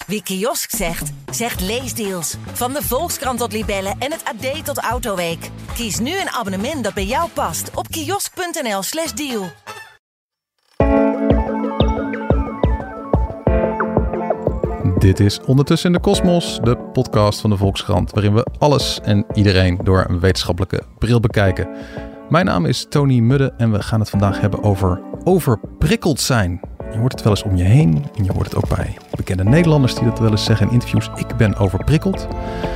Wie kiosk zegt, zegt leesdeals. Van de Volkskrant tot Libellen en het AD tot Autoweek. Kies nu een abonnement dat bij jou past op kiosk.nl/deal. Dit is Ondertussen in de Kosmos, de podcast van de Volkskrant, waarin we alles en iedereen door een wetenschappelijke bril bekijken. Mijn naam is Tony Mudde en we gaan het vandaag hebben over overprikkeld zijn. Je hoort het wel eens om je heen en je hoort het ook bij bekende Nederlanders die dat wel eens zeggen in interviews. Ik ben overprikkeld.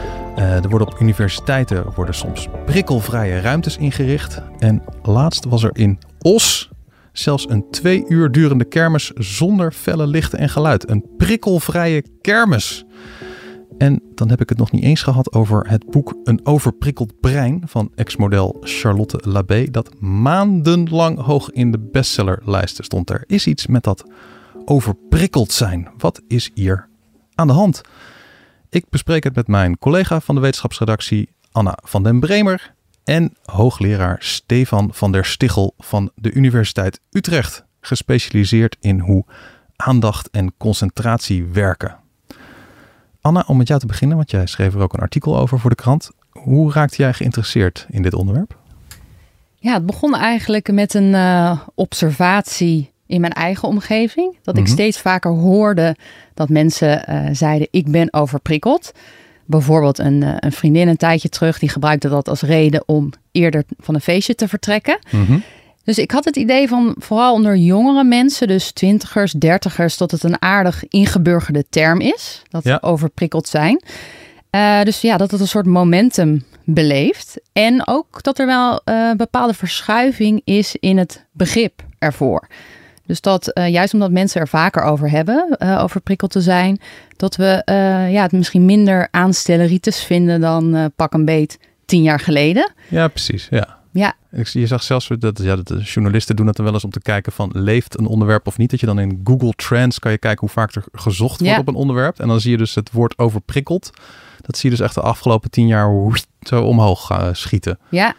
Er worden op universiteiten soms prikkelvrije ruimtes ingericht. En laatst was er in Os zelfs een 2 uur durende kermis zonder felle lichten en geluid. Een prikkelvrije kermis. En dan heb ik het nog niet eens gehad over het boek Een overprikkeld brein van ex-model Charlotte Labé, dat maandenlang hoog in de bestsellerlijsten stond. Er is iets met dat overprikkeld zijn. Wat is hier aan de hand? Ik bespreek het met mijn collega van de wetenschapsredactie Anna van den Bremer en hoogleraar Stefan van der Stichel van de Universiteit Utrecht, gespecialiseerd in hoe aandacht en concentratie werken. Anna, om met jou te beginnen, want jij schreef er ook een artikel over voor de krant. Hoe raakte jij geïnteresseerd in dit onderwerp? Ja, het begon eigenlijk met een observatie in mijn eigen omgeving. Dat ik steeds vaker hoorde dat mensen zeiden, ik ben overprikkeld. Bijvoorbeeld een vriendin een tijdje terug, die gebruikte dat als reden om eerder van een feestje te vertrekken. Dus ik had het idee van vooral onder jongere mensen, dus 20ers, 30ers, dat het een aardig ingeburgerde term is. Dat we overprikkeld zijn. Dus ja, dat het een soort momentum beleeft. En ook dat er wel bepaalde verschuiving is in het begrip ervoor. Dus dat juist omdat mensen er vaker over hebben, overprikkeld te zijn, dat we het misschien minder aanstelleritis vinden dan pak een beet 10 jaar geleden. Ja, precies. Ja. Ja. Je zag zelfs dat de journalisten doen dat dan wel eens om te kijken van leeft een onderwerp of niet. Dat je dan in Google Trends kan je kijken hoe vaak er gezocht wordt op een onderwerp. En dan zie je dus het woord overprikkeld. Dat zie je dus echt de afgelopen 10 jaar zo omhoog schieten. Ja.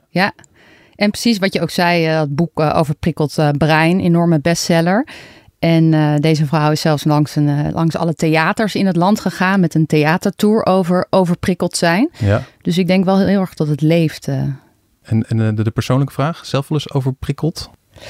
En precies wat je ook zei, het boek Overprikkeld brein, enorme bestseller. En deze vrouw is zelfs langs alle theaters in het land gegaan met een theatertour over overprikkeld zijn. Ja. Dus ik denk wel heel erg dat het leeft. En de persoonlijke vraag, zelf wel eens overprikkeld?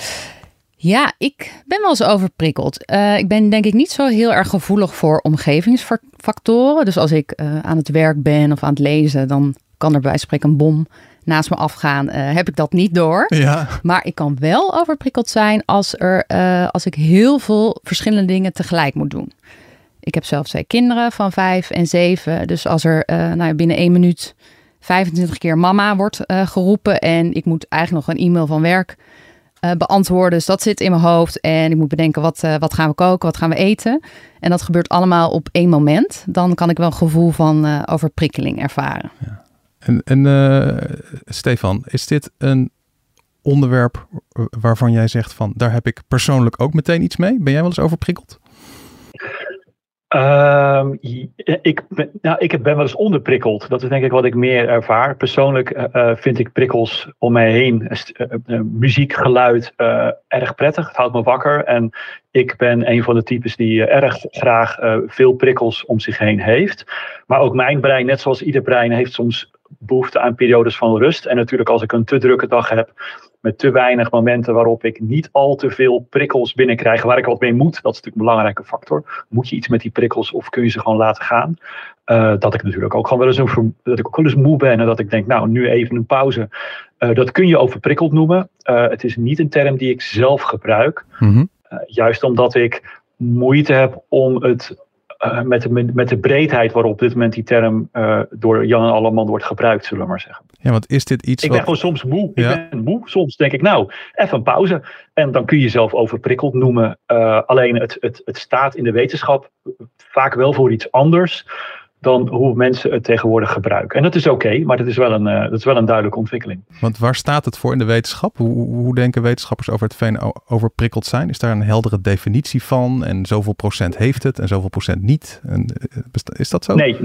Ja, ik ben wel eens overprikkeld. Ik ben denk ik niet zo heel erg gevoelig voor omgevingsfactoren. Dus als ik aan het werk ben of aan het lezen, dan kan er bij wijze van spreken een bom naast me afgaan. Heb ik dat niet door. Ja. Maar ik kan wel overprikkeld zijn als ik heel veel verschillende dingen tegelijk moet doen. Ik heb zelf 2 kinderen van 5 en 7. Dus als er binnen 1 minuut 25 keer mama wordt geroepen en ik moet eigenlijk nog een e-mail van werk beantwoorden. Dus dat zit in mijn hoofd en ik moet bedenken wat gaan we koken, wat gaan we eten. En dat gebeurt allemaal op 1 moment. Dan kan ik wel een gevoel van overprikkeling ervaren. Ja. En Stefan, is dit een onderwerp waarvan jij zegt van daar heb ik persoonlijk ook meteen iets mee? Ben jij wel eens overprikkeld? Ik ben wel eens onderprikkeld. Dat is denk ik wat ik meer ervaar. Persoonlijk vind ik prikkels om mij heen, muziek, geluid, erg prettig. Het houdt me wakker. En ik ben een van de types die erg graag veel prikkels om zich heen heeft. Maar ook mijn brein, net zoals ieder brein, heeft soms behoefte aan periodes van rust. En natuurlijk als ik een te drukke dag heb, met te weinig momenten waarop ik niet al te veel prikkels binnenkrijg, waar ik wat mee moet. Dat is natuurlijk een belangrijke factor. Moet je iets met die prikkels of kun je ze gewoon laten gaan? Dat ik natuurlijk ook gewoon wel eens moe ben en dat ik denk, nou, nu even een pauze. Dat kun je overprikkeld noemen. Het is niet een term die ik zelf gebruik. Juist omdat ik moeite heb om het met de breedheid waarop op dit moment die term door Jan en Alleman wordt gebruikt, zullen we maar zeggen. Ja, want is dit iets Ik ben gewoon soms moe. Ja. Ik ben moe. Soms denk ik, nou, even een pauze. En dan kun je jezelf overprikkeld noemen. Alleen het staat in de wetenschap vaak wel voor iets anders. dan hoe mensen het tegenwoordig gebruiken. En dat is oké, maar dat is wel een duidelijke ontwikkeling. Want waar staat het voor in de wetenschap? Hoe denken wetenschappers over het fenomeen overprikkeld zijn? Is daar een heldere definitie van? En zoveel procent heeft het en zoveel procent niet? Is dat zo? Nee,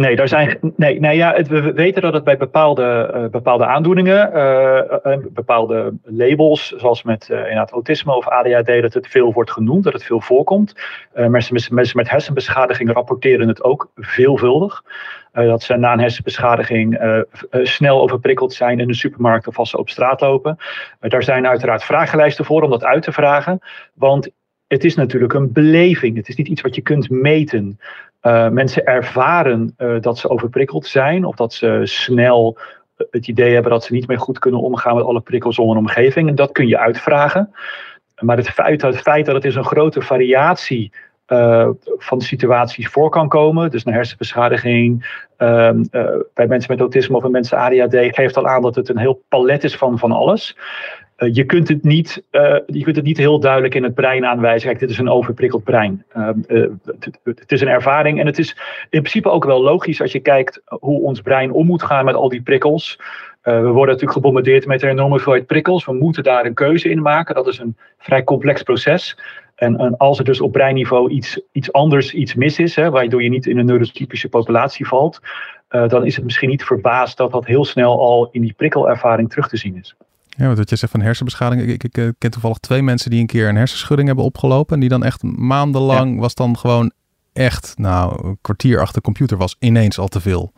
we weten dat het bij bepaalde aandoeningen, bepaalde labels, zoals met inderdaad autisme of ADHD, dat het veel wordt genoemd, dat het veel voorkomt. Mensen met hersenbeschadiging rapporteren het ook veelvuldig. Dat ze na een hersenbeschadiging snel overprikkeld zijn in de supermarkt of als ze op straat lopen. Daar zijn uiteraard vragenlijsten voor om dat uit te vragen. Want het is natuurlijk een beleving. Het is niet iets wat je kunt meten. Mensen ervaren dat ze overprikkeld zijn of dat ze snel het idee hebben dat ze niet meer goed kunnen omgaan met alle prikkels om hun omgeving. En dat kun je uitvragen. Maar het feit dat het is een grote variatie van situaties voor kan komen, dus een hersenbeschadiging bij mensen met autisme of bij mensen ADHD, geeft al aan dat het een heel palet is van alles. Je kunt het niet heel duidelijk in het brein aanwijzen. Kijk, dit is een overprikkeld brein. Het is een ervaring en het is in principe ook wel logisch als je kijkt hoe ons brein om moet gaan met al die prikkels. We worden natuurlijk gebombardeerd met een enorme hoeveelheid prikkels. We moeten daar een keuze in maken. Dat is een vrij complex proces. En als er dus op breinniveau iets mis is, waardoor je niet in een neurotypische populatie valt, dan is het misschien niet verbaasd dat heel snel al in die prikkelervaring terug te zien is. Ja, wat je zegt van hersenbeschadiging. Ik ken toevallig 2 mensen die een keer een hersenschudding hebben opgelopen. En die dan echt maandenlang was dan gewoon echt, een kwartier achter de computer was ineens al te veel.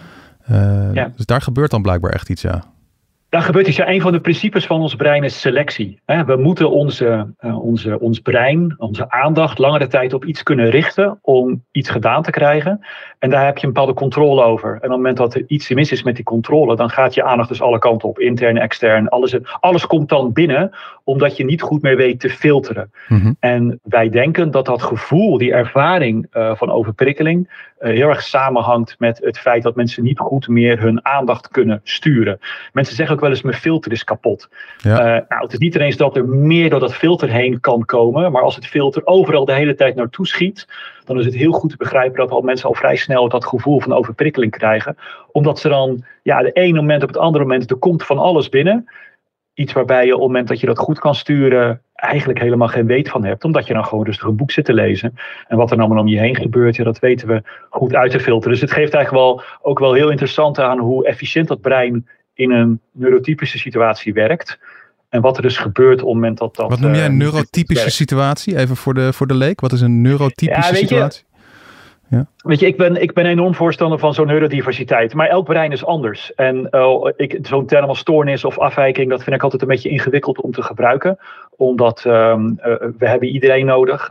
Dus daar gebeurt dan blijkbaar echt iets, ja. Daar gebeurt iets. Een van de principes van ons brein is selectie. We moeten ons brein, onze aandacht langere tijd op iets kunnen richten om iets gedaan te krijgen. En daar heb je een bepaalde controle over. En op het moment dat er iets mis is met die controle, dan gaat je aandacht dus alle kanten op. Intern, extern, alles komt dan binnen, omdat je niet goed meer weet te filteren. Mm-hmm. En wij denken dat gevoel, die ervaring van overprikkeling, heel erg samenhangt met het feit dat mensen niet goed meer hun aandacht kunnen sturen. Mensen zeggen ook wel eens, mijn filter is kapot. Ja. Het is niet eens dat er meer door dat filter heen kan komen, maar als het filter overal de hele tijd naartoe schiet, dan is het heel goed te begrijpen dat mensen al vrij snel dat gevoel van overprikkeling krijgen. Omdat ze dan, de ene moment op het andere moment, er komt van alles binnen. Iets waarbij je op het moment dat je dat goed kan sturen, eigenlijk helemaal geen weet van hebt. Omdat je dan gewoon rustig een boek zit te lezen. En wat er allemaal om je heen gebeurt, dat weten we goed uit te filteren. Dus het geeft eigenlijk ook wel heel interessant aan hoe efficiënt dat brein in een neurotypische situatie werkt. En wat er dus gebeurt op het moment dat Wat noem jij een neurotypische situatie? Even voor de leek. Wat is een neurotypische situatie? Ja. Weet je, ik ben enorm voorstander van zo'n neurodiversiteit. Maar elk brein is anders. En zo'n term als stoornis of afwijking, dat vind ik altijd een beetje ingewikkeld om te gebruiken. Omdat we hebben iedereen nodig.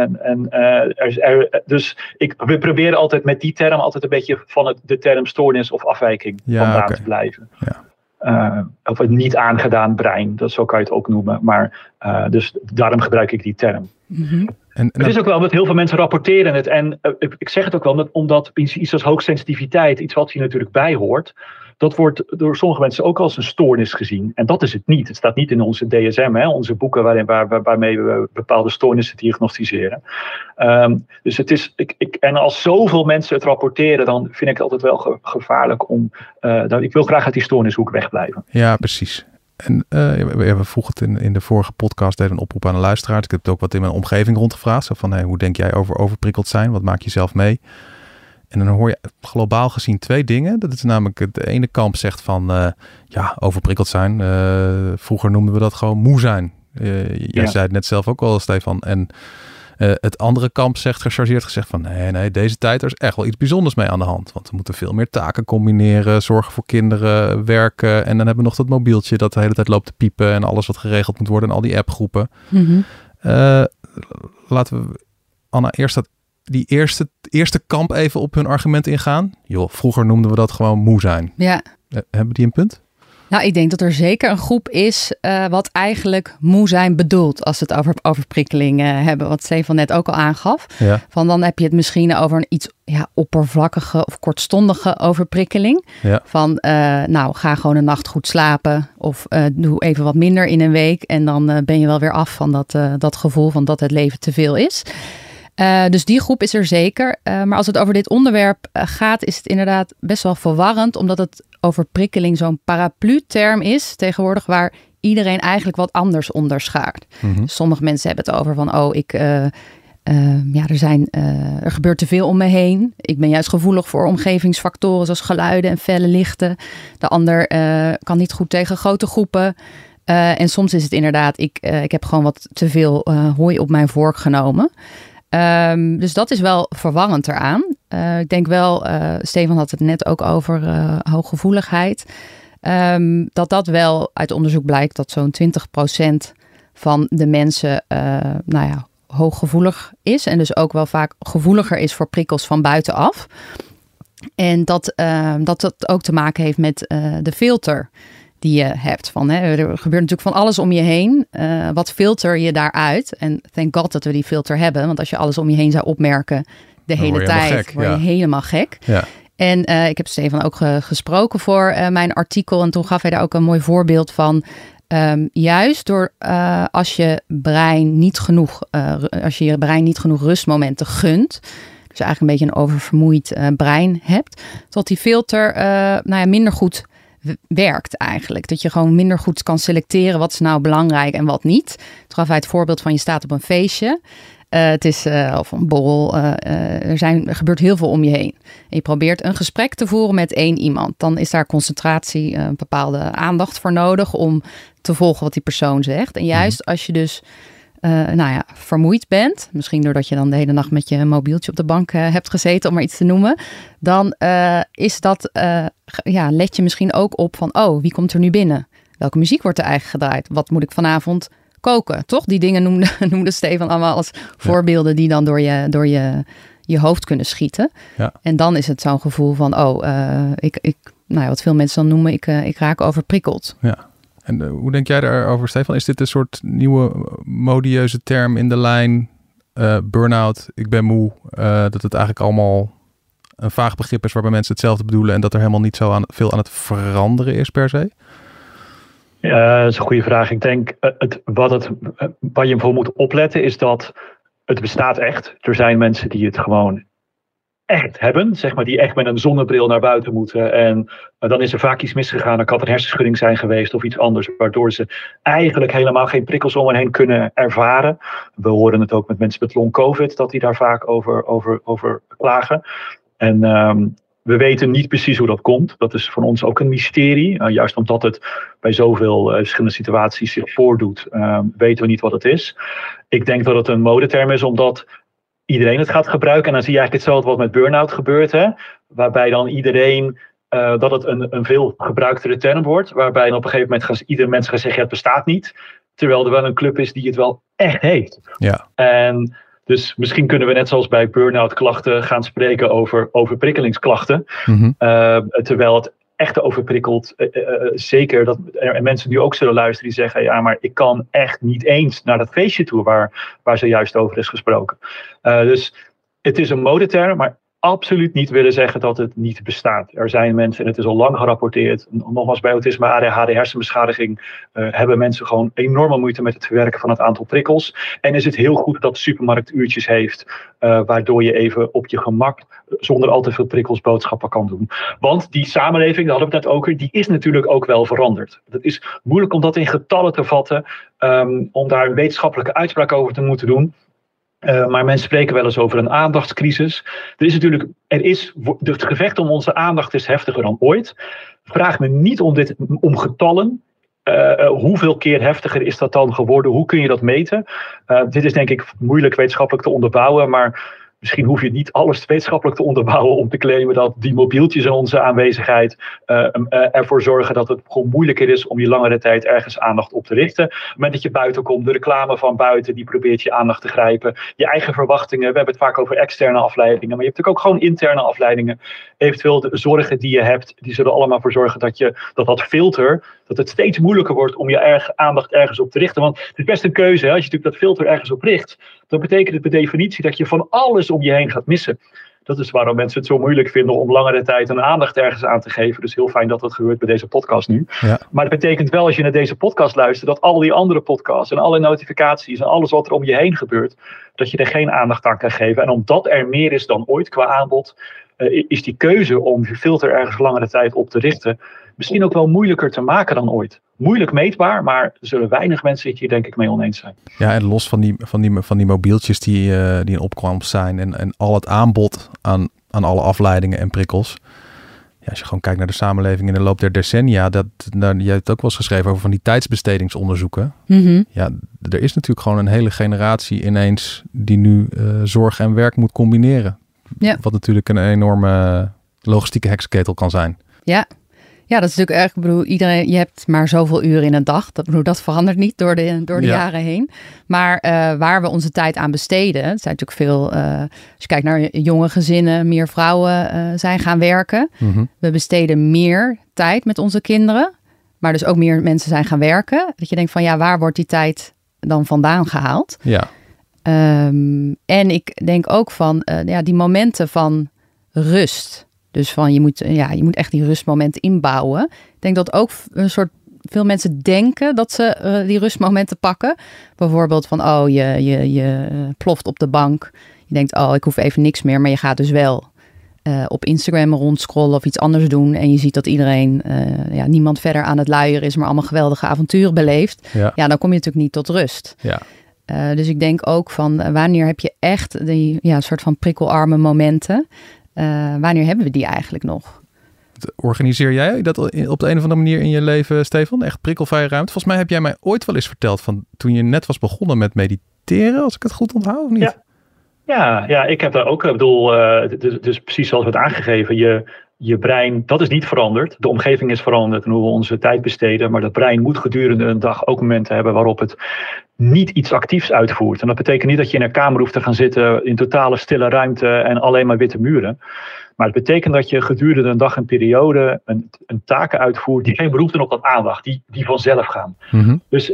Dus we proberen altijd met die term altijd een beetje van de term stoornis of afwijking vandaan te blijven. Ja. Of het niet aangedaan brein, zo kan je het ook noemen. Maar dus daarom gebruik ik die term. Mm-hmm. Het is ook wel dat heel veel mensen rapporteren het. En ik zeg het ook wel omdat iets als hoogsensitiviteit, iets wat hier natuurlijk bij hoort, dat wordt door sommige mensen ook als een stoornis gezien. En dat is het niet. Het staat niet in onze DSM, onze boeken waarmee we bepaalde stoornissen diagnosticeren. Dus het is. En als zoveel mensen het rapporteren, dan vind ik het altijd wel gevaarlijk om. Ik wil graag uit die stoornishoek wegblijven. Ja, precies. En we vroegen het in de vorige podcast, deden een oproep aan de luisteraar. Ik heb het ook wat in mijn omgeving rondgevraagd. Zo van, hoe denk jij over overprikkeld zijn? Wat maak je zelf mee? En dan hoor je globaal gezien 2 dingen. Dat is namelijk het ene kamp zegt van, overprikkeld zijn. Vroeger noemden we dat gewoon moe zijn. Jij zei het net zelf ook al, Stefan. En het andere kamp zegt gechargeerd gezegd van, nee, deze tijd er is echt wel iets bijzonders mee aan de hand. Want we moeten veel meer taken combineren, zorgen voor kinderen, werken. En dan hebben we nog dat mobieltje dat de hele tijd loopt te piepen en alles wat geregeld moet worden en al die appgroepen. Mm-hmm. Laten we, Anna, die eerste kamp even op hun argument ingaan. Joh, vroeger noemden we dat gewoon moe zijn. Ja. Hebben die een punt? Nou, ik denk dat er zeker een groep is wat eigenlijk moe zijn bedoelt als we het over overprikkeling hebben. Wat Stefan net ook al aangaf. Ja. Van dan heb je het misschien over een iets oppervlakkige of kortstondige overprikkeling. Ja. Van ga gewoon een nacht goed slapen of doe even wat minder in een week. En dan ben je wel weer af van dat gevoel van dat het leven te veel is. Dus die groep is er zeker. Maar als het over dit onderwerp gaat, is het inderdaad best wel verwarrend. Omdat het overprikkeling zo'n paraplu-term is tegenwoordig waar iedereen eigenlijk wat anders onderschaart. Mm-hmm. Sommige mensen hebben het over van, er gebeurt te veel om me heen. Ik ben juist gevoelig voor omgevingsfactoren zoals geluiden en felle lichten. De ander kan niet goed tegen grote groepen. En soms is het inderdaad, ik heb gewoon wat te veel hooi op mijn vork genomen. Dus dat is wel verwarrend eraan. Ik denk wel, Stefan had het net ook over hooggevoeligheid. Dat wel uit onderzoek blijkt dat zo'n 20% van de mensen hooggevoelig is. En dus ook wel vaak gevoeliger is voor prikkels van buitenaf. En dat ook te maken heeft met de filter die je hebt. Er gebeurt natuurlijk van alles om je heen. Wat filter je daaruit? En thank God dat we die filter hebben. Want als je alles om je heen zou opmerken de hele tijd, word je helemaal gek. Ja. En ik heb Stefan ook gesproken voor mijn artikel. En toen gaf hij daar ook een mooi voorbeeld van. Juist door als je je brein niet genoeg rustmomenten gunt. Dus eigenlijk een beetje een oververmoeid brein hebt. Dat die filter minder goed werkt eigenlijk. Dat je gewoon minder goed kan selecteren wat is nou belangrijk en wat niet. Toen gaf hij het voorbeeld van je staat op een feestje. Het is of een borrel. Er gebeurt heel veel om je heen. En je probeert een gesprek te voeren met één iemand. Dan is daar concentratie, een bepaalde aandacht voor nodig om te volgen wat die persoon zegt. En juist als je dus vermoeid bent, misschien doordat je dan de hele nacht met je mobieltje op de bank hebt gezeten, om maar iets te noemen, dan is dat, let je misschien ook op van, wie komt er nu binnen? Welke muziek wordt er eigenlijk gedraaid? Wat moet ik vanavond koken? Toch? Die dingen noemde Stefan allemaal als voorbeelden die dan door je hoofd kunnen schieten. Ja. En dan is het zo'n gevoel van, wat veel mensen dan noemen, ik raak overprikkeld. Ja. En hoe denk jij daarover, Stefan? Is dit een soort nieuwe modieuze term in de lijn? Burn-out, ik ben moe. Dat het eigenlijk allemaal een vaag begrip is waarbij mensen hetzelfde bedoelen en dat er helemaal niet zo veel aan het veranderen is per se? Ja, dat is een goede vraag. Ik denk, waar je voor moet opletten is dat het bestaat echt. Er zijn mensen die het gewoon echt hebben, zeg maar, die echt met een zonnebril naar buiten moeten. En dan is er vaak iets misgegaan. Er kan een hersenschudding zijn geweest of iets anders, waardoor ze eigenlijk helemaal geen prikkels om hen heen kunnen ervaren. We horen het ook met mensen met long-covid, dat die daar vaak over klagen. En we weten niet precies hoe dat komt. Dat is voor ons ook een mysterie. Juist omdat het bij zoveel verschillende situaties zich voordoet, weten we niet wat het is. Ik denk dat het een modeterm is, omdat iedereen het gaat gebruiken. En dan zie je eigenlijk hetzelfde wat met burn-out gebeurt. Hè? Waarbij dan iedereen, dat het een veel gebruiktere term wordt. Waarbij dan op een gegeven moment ieder mens gaat zeggen, het bestaat niet. Terwijl er wel een club is die het wel echt heeft. Ja. En dus misschien kunnen we net zoals bij burn-out klachten gaan spreken over overprikkelingsklachten. Mm-hmm. Terwijl het echt overprikkeld, zeker dat er mensen nu ook zullen luisteren die zeggen, ja, maar ik kan echt niet eens naar dat feestje toe waar zojuist over is gesproken. Dus het is een modeterm, maar absoluut niet willen zeggen dat het niet bestaat. Er zijn mensen, en het is al lang gerapporteerd, nogmaals bij autisme, ADHD, hersenbeschadiging, hebben mensen gewoon enorme moeite met het verwerken van het aantal prikkels. En is het heel goed dat de supermarkt uurtjes heeft, waardoor je even op je gemak, zonder al te veel prikkels, boodschappen kan doen. Want die samenleving, daar hadden we het net over, die is natuurlijk ook wel veranderd. Het is moeilijk om dat in getallen te vatten, om daar een wetenschappelijke uitspraak over te moeten doen. Maar mensen spreken wel eens over een aandachtscrisis. Het gevecht om onze aandacht is heftiger dan ooit. Vraag me niet om getallen. Hoeveel keer heftiger is dat dan geworden? Hoe kun je dat meten? Dit is denk ik moeilijk wetenschappelijk te onderbouwen, maar misschien hoef je niet alles wetenschappelijk te onderbouwen om te claimen dat die mobieltjes in onze aanwezigheid ervoor zorgen dat het gewoon moeilijker is om je langere tijd ergens aandacht op te richten. Op het moment dat je buiten komt, de reclame van buiten die probeert je aandacht te grijpen. Je eigen verwachtingen, we hebben het vaak over externe afleidingen, maar je hebt natuurlijk ook gewoon interne afleidingen. Eventueel de zorgen die je hebt, die zullen allemaal voor zorgen dat filter, dat het steeds moeilijker wordt om je aandacht ergens op te richten. Want het is best een keuze, hè? Als je natuurlijk dat filter ergens op richt, dan betekent het per definitie dat je van alles om je heen gaat missen. Dat is waarom mensen het zo moeilijk vinden om langere tijd hun aandacht ergens aan te geven. Dus heel fijn dat dat gebeurt bij deze podcast nu. Ja. Maar het betekent wel, als je naar deze podcast luistert, dat al die andere podcasts en alle notificaties en alles wat er om je heen gebeurt, dat je er geen aandacht aan kan geven. En omdat er meer is dan ooit qua aanbod, is die keuze om je filter ergens langere tijd op te richten misschien ook wel moeilijker te maken dan ooit. Moeilijk meetbaar, maar er zullen weinig mensen het hier denk ik mee oneens zijn. Ja, en los van die mobieltjes die in opkomst zijn en al het aanbod aan alle afleidingen en prikkels. Ja, als je gewoon kijkt naar de samenleving in de loop der decennia, je hebt ook wel eens geschreven over van die tijdsbestedingsonderzoeken. Mm-hmm. Ja, er is natuurlijk gewoon een hele generatie ineens die nu zorg en werk moet combineren. Ja. Wat natuurlijk een enorme logistieke heksenketel kan zijn. Ja. Ja, dat is natuurlijk erg. Ik bedoel, je hebt maar zoveel uren in een dag. Dat verandert niet door de jaren heen. Maar waar we onze tijd aan besteden, het zijn natuurlijk veel. Als je kijkt naar jonge gezinnen, meer vrouwen zijn gaan werken. Mm-hmm. We besteden meer tijd met onze kinderen, maar dus ook meer mensen zijn gaan werken. Dat je denkt van waar wordt die tijd dan vandaan gehaald? Ja. En ik denk ook van die momenten van rust. Dus van je moet echt die rustmomenten inbouwen. Ik denk dat ook veel mensen denken dat ze die rustmomenten pakken. Bijvoorbeeld van je ploft op de bank. Je denkt ik hoef even niks meer. Maar je gaat dus wel op Instagram rondscrollen of iets anders doen. En je ziet dat iedereen, niemand verder aan het luieren is, maar allemaal geweldige avonturen beleeft. Ja, dan kom je natuurlijk niet tot rust. Ja. Dus ik denk ook van wanneer heb je echt die soort van prikkelarme momenten. Wanneer hebben we die eigenlijk nog? Organiseer jij dat op de een of andere manier in je leven, Stefan? Echt prikkelvrije ruimte? Volgens mij heb jij mij ooit wel eens verteld van toen je net was begonnen met mediteren, als ik het goed onthoud, of niet? Ja, ik heb daar ook, dus precies zoals we het aangegeven, je brein, dat is niet veranderd. De omgeving is veranderd en hoe we onze tijd besteden. Maar dat brein moet gedurende een dag ook momenten hebben waarop het niet iets actiefs uitvoert. En dat betekent niet dat je in een kamer hoeft te gaan zitten in totale stille ruimte en alleen maar witte muren. Maar het betekent dat je gedurende een dag en periode een taken uitvoert die geen beroep doen op dat aandacht, die vanzelf gaan. Mm-hmm. Dus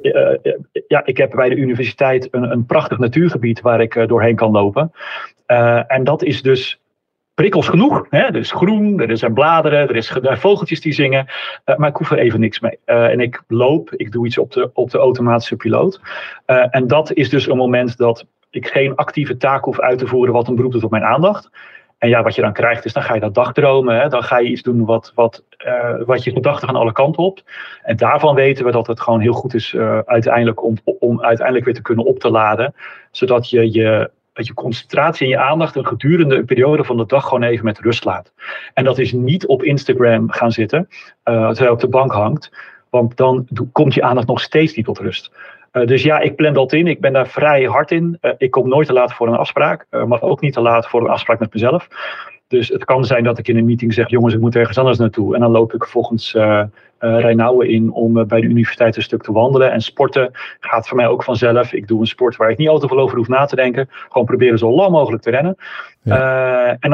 ik heb bij de universiteit een prachtig natuurgebied waar ik doorheen kan lopen. En dat is dus prikkels genoeg. Hè? Dus groen, er zijn bladeren, er zijn vogeltjes die zingen. Maar ik hoef er even niks mee. En ik doe iets op de automatische piloot. En dat is dus een moment dat ik geen actieve taak hoef uit te voeren wat een beroep doet op mijn aandacht. En wat je dan krijgt is, dan ga je dat dagdromen. Hè? Dan ga je iets doen wat je gedachten gaan alle kanten op. En daarvan weten we dat het gewoon heel goed is uiteindelijk om uiteindelijk weer te kunnen op te laden. Zodat je concentratie en je aandacht een gedurende een periode van de dag gewoon even met rust laat. En dat is niet op Instagram gaan zitten, terwijl je op de bank hangt. Want dan komt je aandacht nog steeds niet tot rust. Dus ik plan dat in. Ik ben daar vrij hard in. Ik kom nooit te laat voor een afspraak. Maar ook niet te laat voor een afspraak met mezelf. Dus het kan zijn dat ik in een meeting zeg, jongens, ik moet ergens anders naartoe. En dan loop ik volgens Rijnauwen in om bij de universiteit een stuk te wandelen. En sporten gaat voor mij ook vanzelf. Ik doe een sport waar ik niet al te veel over hoef na te denken. Gewoon proberen zo lang mogelijk te rennen. Ja. En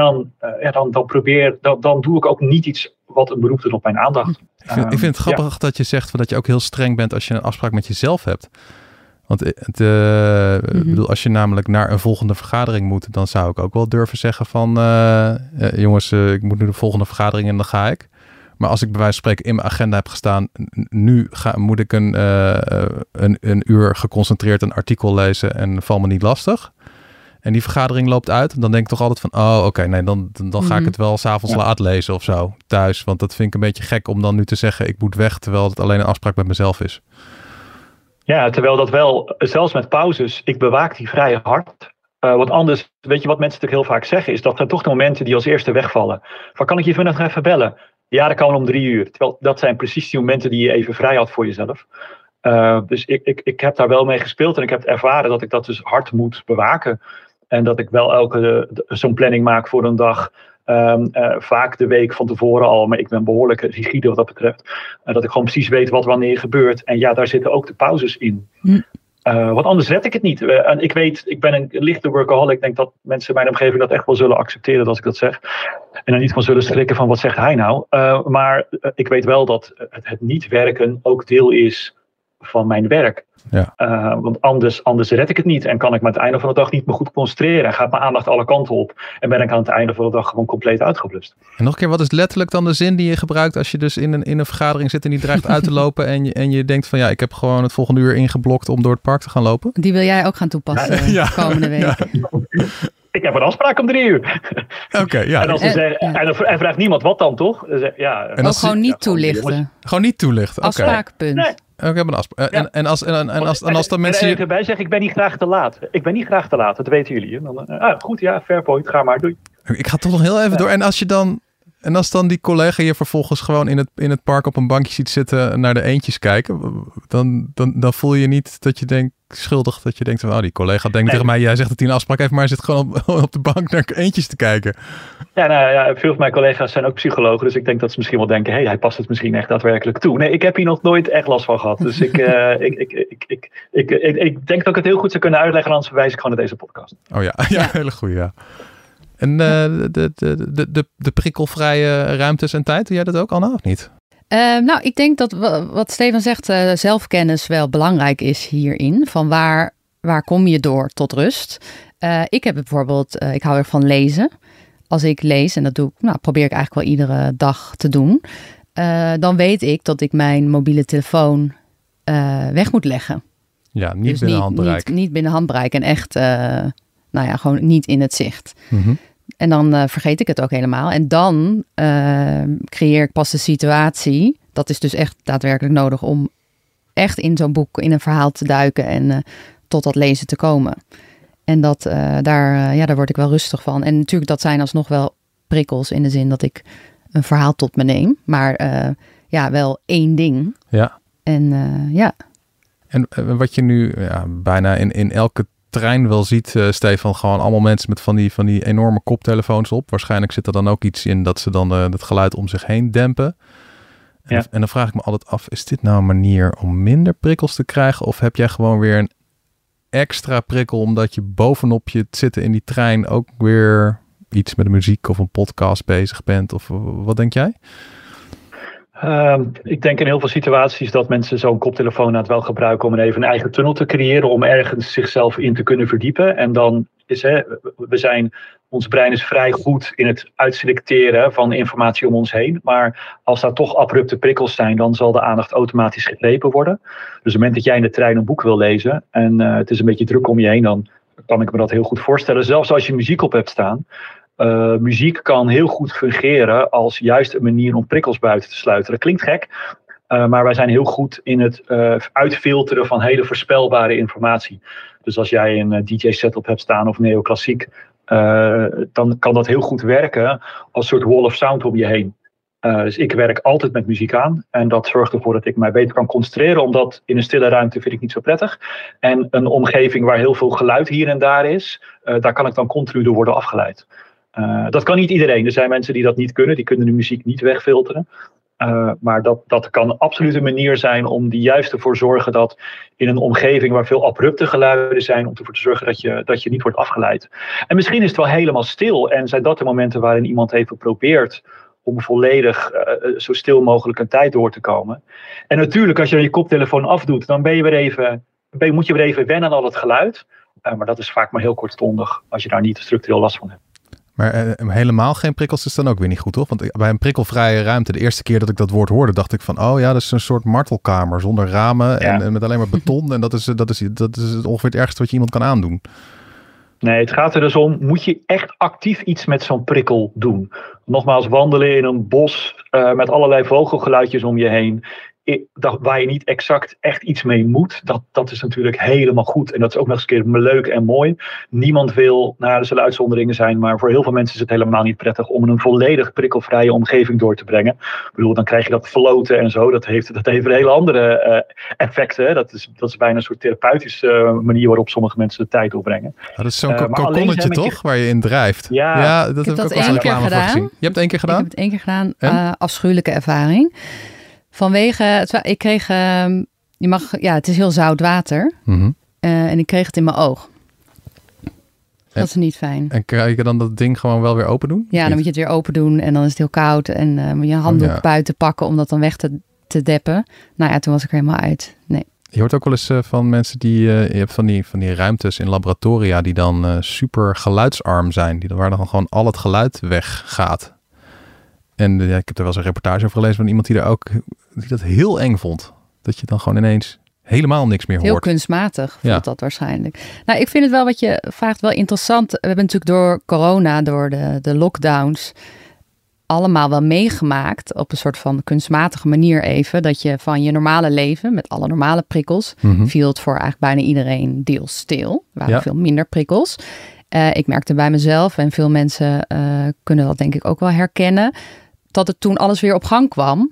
dan doe ik ook niet iets wat een beroep doet op mijn aandacht. Ik vind het grappig dat je zegt dat je ook heel streng bent als je een afspraak met jezelf hebt. Want bedoel, als je namelijk naar een volgende vergadering moet, dan zou ik ook wel durven zeggen van jongens, ik moet nu de volgende vergadering en dan ga ik. Maar als ik bij wijze van spreken in mijn agenda heb gestaan, moet ik een uur geconcentreerd een artikel lezen en val me niet lastig. En die vergadering loopt uit, dan denk ik toch altijd van, dan ga ik het wel 's avonds laat lezen of zo thuis. Want dat vind ik een beetje gek om dan nu te zeggen, ik moet weg, terwijl het alleen een afspraak met mezelf is. Ja, terwijl dat wel, zelfs met pauzes, ik bewaak die vrij hard. Want anders, weet je wat mensen natuurlijk heel vaak zeggen, is dat zijn toch de momenten die als eerste wegvallen. Van, kan ik je vandaag even bellen? Ja, dat kan wel om 3 uur. Terwijl dat zijn precies die momenten die je even vrij had voor jezelf. Dus ik heb daar wel mee gespeeld en ik heb ervaren dat ik dat dus hard moet bewaken. En dat ik wel zo'n planning maak voor een dag. Vaak de week van tevoren al, maar ik ben behoorlijk rigide wat dat betreft. Dat ik gewoon precies weet wat wanneer gebeurt. En daar zitten ook de pauzes in. Want anders red ik het niet. En ik ben een lichte workaholic. Ik denk dat mensen in mijn omgeving dat echt wel zullen accepteren als ik dat zeg. En dan niet van zullen schrikken van wat zegt hij nou. Maar ik weet wel dat het niet werken ook deel is van mijn werk. Ja. Want anders red ik het niet. En kan ik me aan het einde van de dag niet meer goed concentreren. En gaat mijn aandacht alle kanten op. En ben ik aan het einde van de dag gewoon compleet uitgeblust. En nog een keer, wat is letterlijk dan de zin die je gebruikt als je dus in een vergadering zit en die dreigt uit te lopen en je denkt van ik heb gewoon het volgende uur ingeblokt om door het park te gaan lopen? Die wil jij ook gaan toepassen komende week. Ja. Ik heb een afspraak om 3 uur. Oké, ja. En vraagt niemand wat dan, toch? En ook gewoon niet toelichten. Gewoon niet toelichten. Afspraakpunt. Nee. Ik heb een afspraak. En als dan mensen... En erbij zeggen, ik ben niet graag te laat. Ik ben niet graag te laat, dat weten jullie. Goed, fair point, ga maar, doei. Ik ga toch nog heel even door. En als dan die collega je vervolgens gewoon in het park op een bankje ziet zitten naar de eendjes kijken, dan voel je niet dat je denkt schuldig, dat je denkt van die collega denkt tegen mij, jij zegt dat hij een afspraak heeft, maar hij zit gewoon op de bank naar eendjes te kijken. Veel van mijn collega's zijn ook psychologen, dus ik denk dat ze misschien wel denken, hij past het misschien echt daadwerkelijk toe. Nee, ik heb hier nog nooit echt last van gehad. Dus ik denk dat ik het heel goed zou kunnen uitleggen, anders verwijs ik gewoon naar deze podcast. Oh ja. Hele goeie, ja. En de prikkelvrije ruimtes en tijd, doe jij dat ook, Anna, of niet? Ik denk dat wat Stefan zegt, zelfkennis wel belangrijk is hierin. Van waar kom je door tot rust? Ik heb bijvoorbeeld, ik hou erg van lezen. Als ik lees, en dat doe ik, probeer ik eigenlijk wel iedere dag te doen. Dan weet ik dat ik mijn mobiele telefoon weg moet leggen. Ja, niet binnen handbereik. Niet binnen handbereik en echt, gewoon niet in het zicht. Mm-hmm. En dan vergeet ik het ook helemaal. En dan creëer ik pas de situatie. Dat is dus echt daadwerkelijk nodig om echt in zo'n boek, in een verhaal te duiken en tot dat lezen te komen. En daar word ik wel rustig van. En natuurlijk, dat zijn alsnog wel prikkels in de zin dat ik een verhaal tot me neem. Maar wel één ding. Ja. En En wat je nu bijna in elke trein wel ziet, Stefan, gewoon allemaal mensen met van die enorme koptelefoons op. Waarschijnlijk zit er dan ook iets in dat ze dan het geluid om zich heen dempen. En dan vraag ik me altijd af, is dit nou een manier om minder prikkels te krijgen? Of heb jij gewoon weer een extra prikkel omdat je bovenop je zitten in die trein ook weer iets met de muziek of een podcast bezig bent? Of wat denk jij? Ik denk in heel veel situaties dat mensen zo'n koptelefoon wel gebruiken om even een eigen tunnel te creëren, om ergens zichzelf in te kunnen verdiepen. En dan ons brein is vrij goed in het uitselecteren van informatie om ons heen. Maar als daar toch abrupte prikkels zijn, dan zal de aandacht automatisch gegrepen worden. Dus op het moment dat jij in de trein een boek wil lezen en het is een beetje druk om je heen, dan kan ik me dat heel goed voorstellen. Zelfs als je muziek op hebt staan. Muziek kan heel goed fungeren als juist een manier om prikkels buiten te sluiten. Dat klinkt gek, maar wij zijn heel goed in het uitfilteren van hele voorspelbare informatie. Dus als jij een DJ-setup hebt staan of neoclassiek, dan kan dat heel goed werken als een soort wall of sound om je heen. Dus ik werk altijd met muziek aan en dat zorgt ervoor dat ik mij beter kan concentreren, omdat in een stille ruimte vind ik niet zo prettig. En een omgeving waar heel veel geluid hier en daar is, daar kan ik dan continu door worden afgeleid. Dat kan niet iedereen. Er zijn mensen die dat niet kunnen. Die kunnen de muziek niet wegfilteren. Maar dat kan absoluut een manier zijn om die juist ervoor zorgen dat in een omgeving waar veel abrupte geluiden zijn, om ervoor te zorgen dat je niet wordt afgeleid. En misschien is het wel helemaal stil en zijn dat de momenten waarin iemand even probeert om volledig zo stil mogelijk een tijd door te komen. En natuurlijk, als je je koptelefoon afdoet, dan moet je weer even wennen aan al het geluid. Maar dat is vaak maar heel kortstondig als je daar niet structureel last van hebt. Maar helemaal geen prikkels is dan ook weer niet goed, toch? Want bij een prikkelvrije ruimte, de eerste keer dat ik dat woord hoorde, dacht ik van, dat is een soort martelkamer zonder ramen en met alleen maar beton. En dat is ongeveer het ergste wat je iemand kan aandoen. Nee, het gaat er dus om, moet je echt actief iets met zo'n prikkel doen? Nogmaals, wandelen in een bos met allerlei vogelgeluidjes om je heen, waar je niet exact echt iets mee moet, dat is natuurlijk helemaal goed. En dat is ook nog eens een keer leuk en mooi. Niemand wil, er zullen uitzonderingen zijn, maar voor heel veel mensen is het helemaal niet prettig om een volledig prikkelvrije omgeving door te brengen. Ik bedoel, dan krijg je dat floten en zo. Dat heeft een hele andere effecten. Dat is bijna een soort therapeutische manier waarop sommige mensen de tijd doorbrengen. Dat is zo'n kokonnetje toch, waar je in drijft? Ja, dat heb ik ook wel eens reclame van gezien. Je hebt het 1 keer gedaan? Ik heb het 1 keer gedaan. Afschuwelijke ervaring. Vanwege, ik kreeg, het is heel zout water. Mm-hmm. En ik kreeg het in mijn oog. Dat is niet fijn. En kan je dan dat ding gewoon wel weer open doen? Ja, dan moet je het weer open doen en dan is het heel koud. En moet je een handdoek buiten pakken om dat dan weg te deppen. Nou ja, toen was ik er helemaal uit. Nee. Je hoort ook wel eens van mensen die... je hebt van die ruimtes in laboratoria die dan super geluidsarm zijn. Waar dan gewoon al het geluid weggaat. En ik heb er wel eens een reportage over gelezen van iemand die dat heel eng vond. Dat je dan gewoon ineens helemaal niks meer hoort. Heel kunstmatig voelt dat waarschijnlijk. Nou, ik vind het wel wat je vraagt wel interessant. We hebben natuurlijk door corona, door de lockdowns, allemaal wel meegemaakt op een soort van kunstmatige manier even. Dat je van je normale leven, met alle normale prikkels, viel het voor eigenlijk bijna iedereen deels stil. Er waren veel minder prikkels. Ik merkte bij mezelf en veel mensen kunnen dat denk ik ook wel herkennen. Dat het toen alles weer op gang kwam.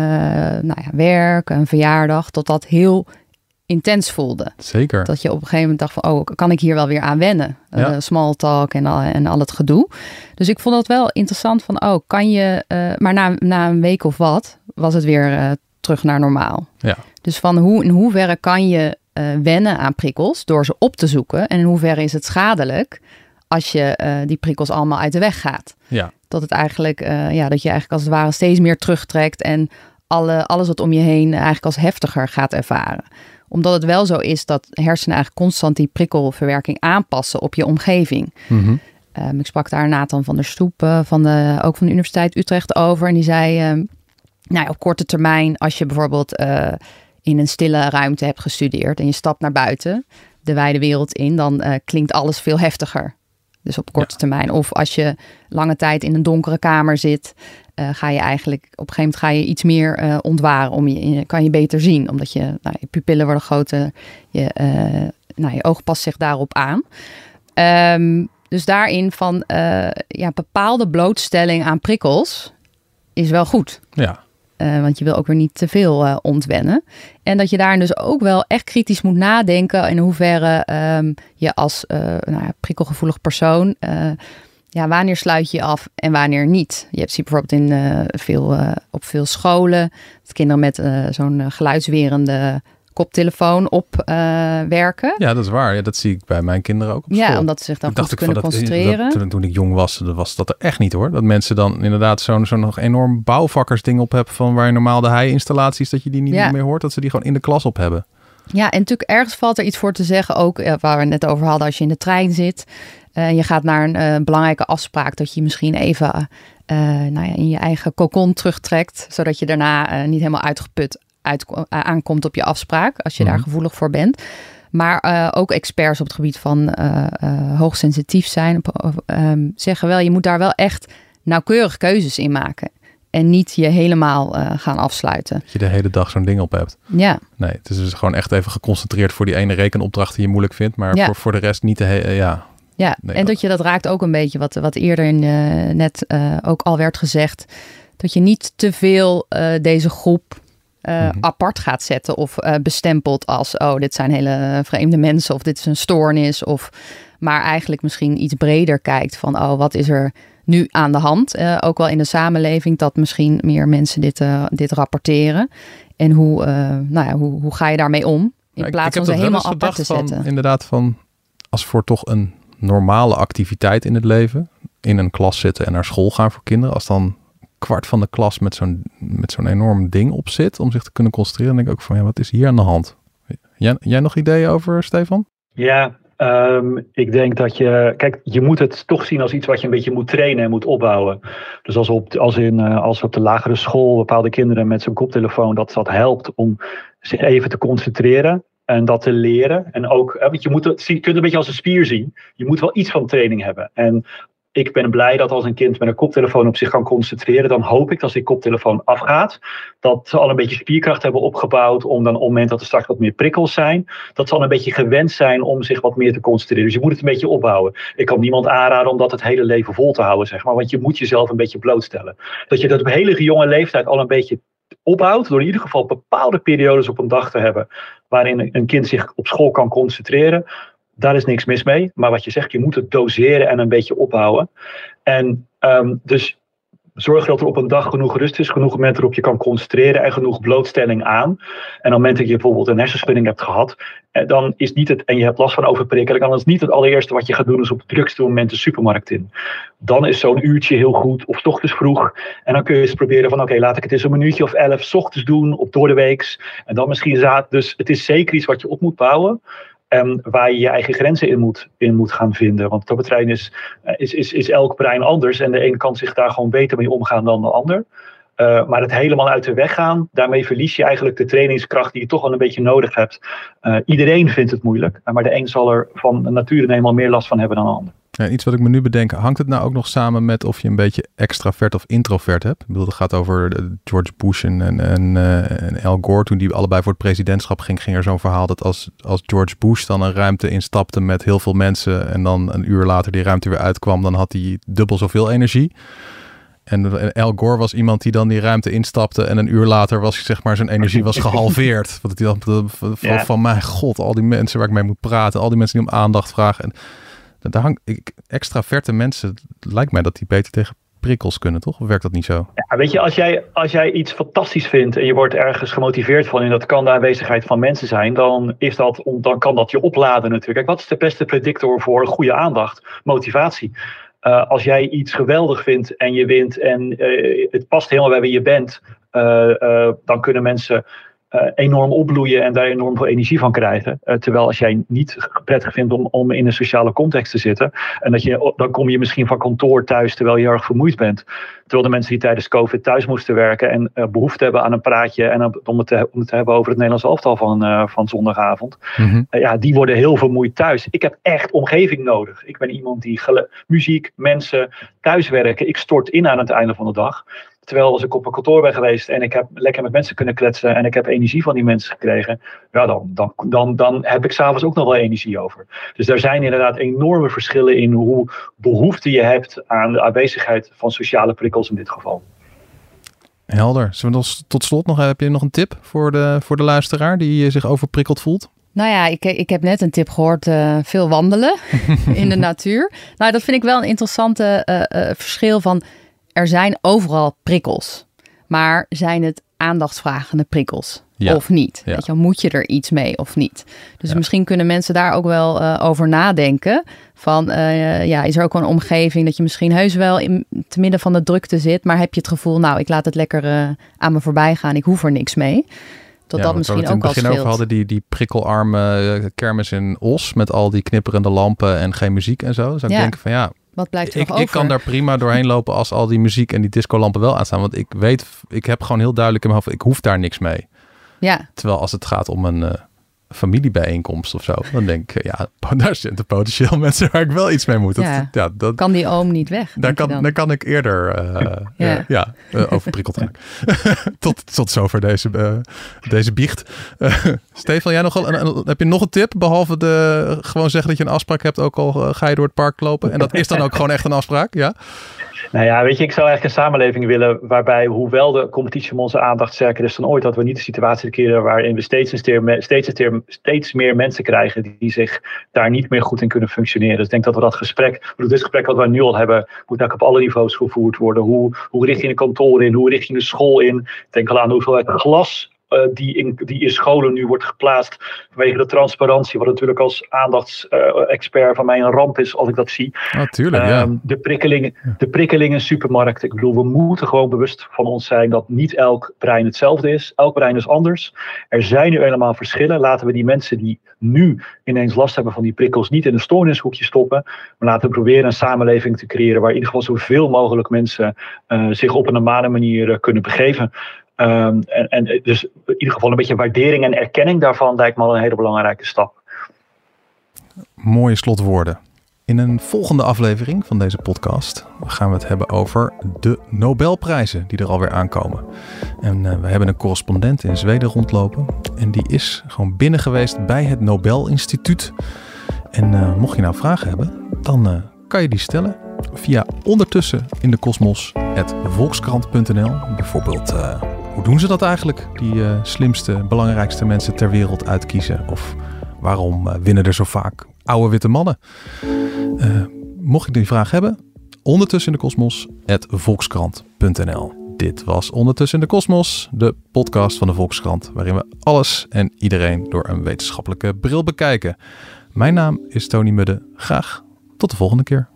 Werk, een verjaardag, dat heel intens voelde. Zeker. Dat je op een gegeven moment dacht van, kan ik hier wel weer aan wennen? Small talk en al het gedoe. Dus ik vond dat wel interessant van, kan je... maar na een week of wat was het weer terug naar normaal. Ja. Dus van in hoeverre kan je wennen aan prikkels door ze op te zoeken? En in hoeverre is het schadelijk als je die prikkels allemaal uit de weg gaat? Ja. Dat het eigenlijk, dat je eigenlijk als het ware steeds meer terugtrekt en alles wat om je heen eigenlijk als heftiger gaat ervaren. Omdat het wel zo is dat hersenen eigenlijk constant die prikkelverwerking aanpassen op je omgeving. Mm-hmm. Ik sprak daar Nathan van der Stoep, ook van de Universiteit Utrecht over. En die zei, op korte termijn, als je bijvoorbeeld in een stille ruimte hebt gestudeerd en je stapt naar buiten, de wijde wereld in, dan klinkt alles veel heftiger. Dus op korte termijn. Of als je lange tijd in een donkere kamer zit, ga je eigenlijk op een gegeven moment ga je iets meer ontwaren. Kan je beter zien, omdat je pupillen worden groter. Je oog past zich daarop aan. Dus daarin van bepaalde blootstelling aan prikkels is wel goed. Ja. Want je wil ook weer niet te veel ontwennen. En dat je daar dus ook wel echt kritisch moet nadenken in hoeverre je als prikkelgevoelig persoon, wanneer sluit je af en wanneer niet. Je ziet bijvoorbeeld op veel scholen dat kinderen met zo'n geluidswerende koptelefoon op werken. Ja, dat is waar. Ja, dat zie ik bij mijn kinderen ook op school. Ja, omdat ze zich dan goed kunnen concentreren. Toen ik jong was dat er echt niet hoor. Dat mensen dan inderdaad zo'n nog enorm bouwvakkersding op hebben van waar je normaal de hei-installaties, dat je die niet meer hoort, dat ze die gewoon in de klas op hebben. Ja, en natuurlijk ergens valt er iets voor te zeggen ook, waar we het net over hadden, als je in de trein zit en je gaat naar een belangrijke afspraak, dat je misschien even in je eigen cocon terugtrekt, zodat je daarna niet helemaal uitgeput aankomt op je afspraak, als je daar gevoelig voor bent. Maar ook experts op het gebied van hoogsensitief zijn zeggen wel, je moet daar wel echt nauwkeurig keuzes in maken. En niet je helemaal gaan afsluiten. Dat je de hele dag zo'n ding op hebt. Ja. Nee, het is dus gewoon echt even geconcentreerd voor die ene rekenopdracht die je moeilijk vindt. Maar voor de rest niet Ja, nee, en dat raakt ook een beetje wat eerder net ook al werd gezegd. Dat je niet te veel deze groep apart gaat zetten of bestempelt als, dit zijn hele vreemde mensen of dit is een stoornis. Maar eigenlijk misschien iets breder kijkt van, wat is er nu aan de hand? Ook wel in de samenleving dat misschien meer mensen dit rapporteren. En hoe ga je daarmee om? In plaats van ze helemaal apart te zetten. Inderdaad van, als voor toch een normale activiteit in het leven, in een klas zitten en naar school gaan voor kinderen, als dan kwart van de klas met zo'n enorm ding op zit om zich te kunnen concentreren, dan denk ik ook van, wat is hier aan de hand? Jij nog ideeën over, Stefan? Ja, ik denk dat je moet het toch zien als iets wat je een beetje moet trainen en moet opbouwen. Dus als op de lagere school bepaalde kinderen met zo'n koptelefoon, dat helpt om zich even te concentreren en dat te leren. En ook, want je kunt het een beetje als een spier zien. Je moet wel iets van training hebben. En ik ben blij dat als een kind met een koptelefoon op zich kan concentreren, dan hoop ik dat als die koptelefoon afgaat, dat ze al een beetje spierkracht hebben opgebouwd om dan op het moment dat er straks wat meer prikkels zijn, dat ze al een beetje gewend zijn om zich wat meer te concentreren. Dus je moet het een beetje opbouwen. Ik kan niemand aanraden om dat het hele leven vol te houden, zeg maar, want je moet jezelf een beetje blootstellen. Dat je dat op hele jonge leeftijd al een beetje opbouwt, door in ieder geval bepaalde periodes op een dag te hebben waarin een kind zich op school kan concentreren. Daar is niks mis mee. Maar wat je zegt, je moet het doseren en een beetje opbouwen. En dus Zorg dat er op een dag genoeg rust is, genoeg momenten waarop je kan concentreren en genoeg blootstelling aan. En op het moment dat je bijvoorbeeld een hersenschudding hebt gehad, dan is niet het, en je hebt last van overprikkeling, dan is niet het allereerste wat je gaat doen is op het drukste moment de supermarkt in. Dan is zo'n uurtje heel goed, of 's ochtends vroeg. En dan kun je eens proberen van oké, laat ik het eens een minuutje of 11 's ochtends doen, of door de weeks. En dan misschien zaterdag. Dus het is zeker iets wat je op moet bouwen. Waar je je eigen grenzen in moet gaan vinden. Want op het brein is elk brein anders. En de een kan zich daar gewoon beter mee omgaan dan de ander. Maar het helemaal uit de weg gaan, daarmee verlies je eigenlijk de trainingskracht die je toch wel een beetje nodig hebt. Iedereen vindt het moeilijk. Maar de een zal er van nature eenmaal meer last van hebben dan de ander. Ja, iets wat ik me nu bedenk, hangt het nou ook nog samen met of je een beetje extravert of introvert hebt? Ik bedoel, het gaat over George Bush en Al Gore. Toen die allebei voor het presidentschap ging er zo'n verhaal dat als George Bush dan een ruimte instapte met heel veel mensen en dan een uur later die ruimte weer uitkwam, dan had hij dubbel zoveel energie. En Al Gore was iemand die dan die ruimte instapte en een uur later was zeg maar zijn energie was gehalveerd. Want hij dacht van mijn god, al die mensen waar ik mee moet praten, al die mensen die om aandacht vragen. En daar hangt extraverte mensen, lijkt mij dat die beter tegen prikkels kunnen, toch? Of werkt dat niet zo? Ja, weet je, als jij iets fantastisch vindt en je wordt ergens gemotiveerd van en dat kan de aanwezigheid van mensen zijn, dan kan dat je opladen natuurlijk. Kijk, wat is de beste predictor voor goede aandacht? Motivatie. Als jij iets geweldig vindt en je wint en het past helemaal bij wie je bent, dan kunnen mensen enorm opbloeien en daar enorm veel energie van krijgen. Terwijl als jij niet prettig vindt om in een sociale context te zitten, en dan kom je misschien van kantoor thuis terwijl je erg vermoeid bent. Terwijl de mensen die tijdens COVID thuis moesten werken en behoefte hebben aan een praatje en om het te hebben over het Nederlands elftal van zondagavond. Mm-hmm. Die worden heel vermoeid thuis. Ik heb echt omgeving nodig. Ik ben iemand die muziek, mensen, thuiswerken. Ik stort in aan het einde van de dag. Terwijl als ik op een kantoor ben geweest en ik heb lekker met mensen kunnen kletsen en ik heb energie van die mensen gekregen, ja, dan heb ik 's avonds ook nog wel energie over. Dus daar zijn inderdaad enorme verschillen in hoe behoefte je hebt aan de aanwezigheid van sociale prikkels in dit geval. Helder. Zullen we tot slot heb je nog een tip voor de luisteraar die zich overprikkeld voelt? Nou ja, ik heb net een tip gehoord, veel wandelen in de natuur. Nou, dat vind ik wel een interessante verschil van. Er zijn overal prikkels, maar zijn het aandachtsvragende prikkels of niet? Ja. Weet je, moet je er iets mee of niet? Dus misschien kunnen mensen daar ook wel over nadenken. Van, is er ook wel een omgeving dat je misschien heus wel te midden van de drukte zit, maar heb je het gevoel, nou, ik laat het lekker aan me voorbij gaan, ik hoef er niks mee. Dat misschien ook al scheelt. Over hadden die prikkelarme kermis in Os met al die knipperende lampen en geen muziek en zo. Zou ik denken van wat blijft er nog over? Ik kan daar prima doorheen lopen als al die muziek en die discolampen wel aanstaan. Want ik weet, ik heb gewoon heel duidelijk in mijn hoofd, ik hoef daar niks mee. Ja. Terwijl als het gaat om een familiebijeenkomst of zo, dan denk ik, daar zitten potentieel mensen waar ik wel iets mee moet. Dat kan die oom niet weg? Dan kan ik eerder overprikkeld raken. tot zover deze biecht. Stefan, jij heb je nog een tip? Behalve gewoon zeggen dat je een afspraak hebt, ook al ga je door het park lopen. En dat is dan ook gewoon echt een afspraak, ja? Nou ja, weet je, ik zou eigenlijk een samenleving willen waarbij, hoewel de competitie om onze aandacht sterker is dan ooit, dat we niet de situatie keren waarin we steeds meer mensen krijgen die zich daar niet meer goed in kunnen functioneren. Dus ik denk dat we dat gesprek, dit gesprek wat we nu al hebben, moet ook op alle niveaus gevoerd worden. Hoe richt je een kantoor in? Hoe richt je een school in? Ik denk al aan de hoeveelheid glas die in scholen nu wordt geplaatst vanwege de transparantie, wat natuurlijk als aandachtsexpert van mij een ramp is als ik dat zie. Natuurlijk, ja. De prikkelingen supermarkt. Ik bedoel, we moeten gewoon bewust van ons zijn dat niet elk brein hetzelfde is. Elk brein is anders. Er zijn nu helemaal verschillen. Laten we die mensen die nu ineens last hebben van die prikkels niet in een stoornishoekje stoppen, maar laten we proberen een samenleving te creëren waar in ieder geval zoveel mogelijk mensen zich op een normale manier kunnen begeven. En dus in ieder geval een beetje waardering en erkenning daarvan lijkt me al een hele belangrijke stap. Mooie slotwoorden. In een volgende aflevering van deze podcast gaan we het hebben over de Nobelprijzen die er alweer aankomen. En we hebben een correspondent in Zweden rondlopen en die is gewoon binnen geweest bij het Nobelinstituut. En mocht je nou vragen hebben, dan kan je die stellen via ondertussenindekosmos@volkskrant.nl. Bijvoorbeeld, hoe doen ze dat eigenlijk? Die slimste, belangrijkste mensen ter wereld uitkiezen? Of waarom winnen er zo vaak oude witte mannen? Mocht je die vraag hebben, ondertussindekosmos@volkskrant.nl. Dit was Ondertussen in de Kosmos, de podcast van de Volkskrant, waarin we alles en iedereen door een wetenschappelijke bril bekijken. Mijn naam is Tony Mudde. Graag tot de volgende keer.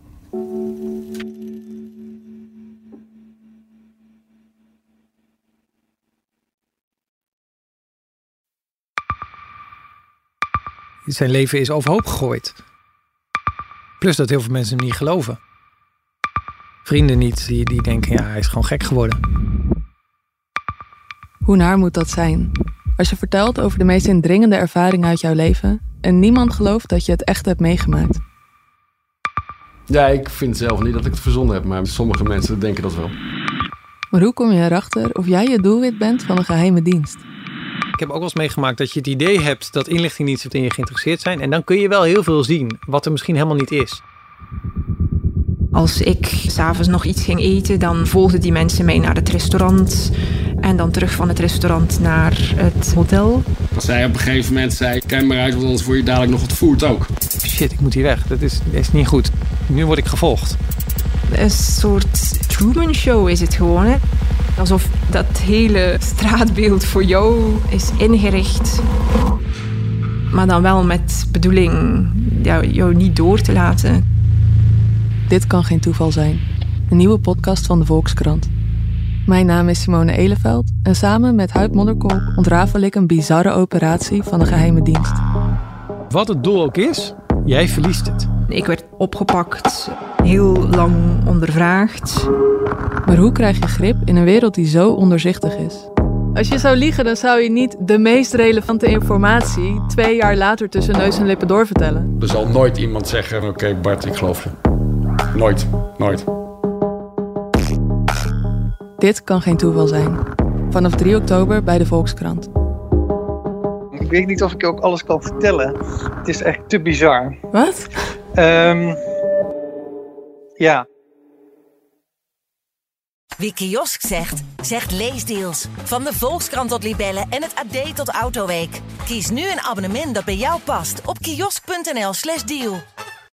Zijn leven is overhoop gegooid. Plus dat heel veel mensen hem niet geloven. Vrienden niet, die denken, ja, hij is gewoon gek geworden. Hoe naar moet dat zijn? Als je vertelt over de meest indringende ervaringen uit jouw leven en niemand gelooft dat je het echt hebt meegemaakt. Ja, ik vind zelf niet dat ik het verzonnen heb, maar sommige mensen denken dat wel. Maar hoe kom je erachter of jij het doelwit bent van een geheime dienst? Ik heb ook wel eens meegemaakt dat je het idee hebt dat inlichtingendiensten in je geïnteresseerd zijn. En dan kun je wel heel veel zien, wat er misschien helemaal niet is. Als ik 's avonds nog iets ging eten, dan volgden die mensen mij naar het restaurant. En dan terug van het restaurant naar het hotel. Als zij op een gegeven moment zei, kijk maar uit, want anders word je dadelijk nog ontvoerd ook. Shit, ik moet hier weg. Dat is niet goed. Nu word ik gevolgd. Een soort Truman Show is het gewoon, hè. Alsof dat hele straatbeeld voor jou is ingericht. Maar dan wel met bedoeling jou niet door te laten. Dit kan geen toeval zijn. Een nieuwe podcast van de Volkskrant. Mijn naam is Simone Eleveld en samen met Huib Modderkolk ontrafel ik een bizarre operatie van de geheime dienst. Wat het doel ook is, jij verliest het. Ik werd opgepakt, heel lang ondervraagd. Maar hoe krijg je grip in een wereld die zo ondoorzichtig is? Als je zou liegen, dan zou je niet de meest relevante informatie 2 jaar later tussen neus en lippen doorvertellen. Er zal nooit iemand zeggen, oké, Bart, ik geloof je. Nooit. Dit kan geen toeval zijn. Vanaf 3 oktober bij de Volkskrant. Ik weet niet of ik ook alles kan vertellen. Het is echt te bizar. Wat? Ja. Wie kiosk zegt, zegt leesdeals. Van de Volkskrant tot Libellen en het AD tot Autoweek. Kies nu een abonnement dat bij jou past op kiosk.nl/deal.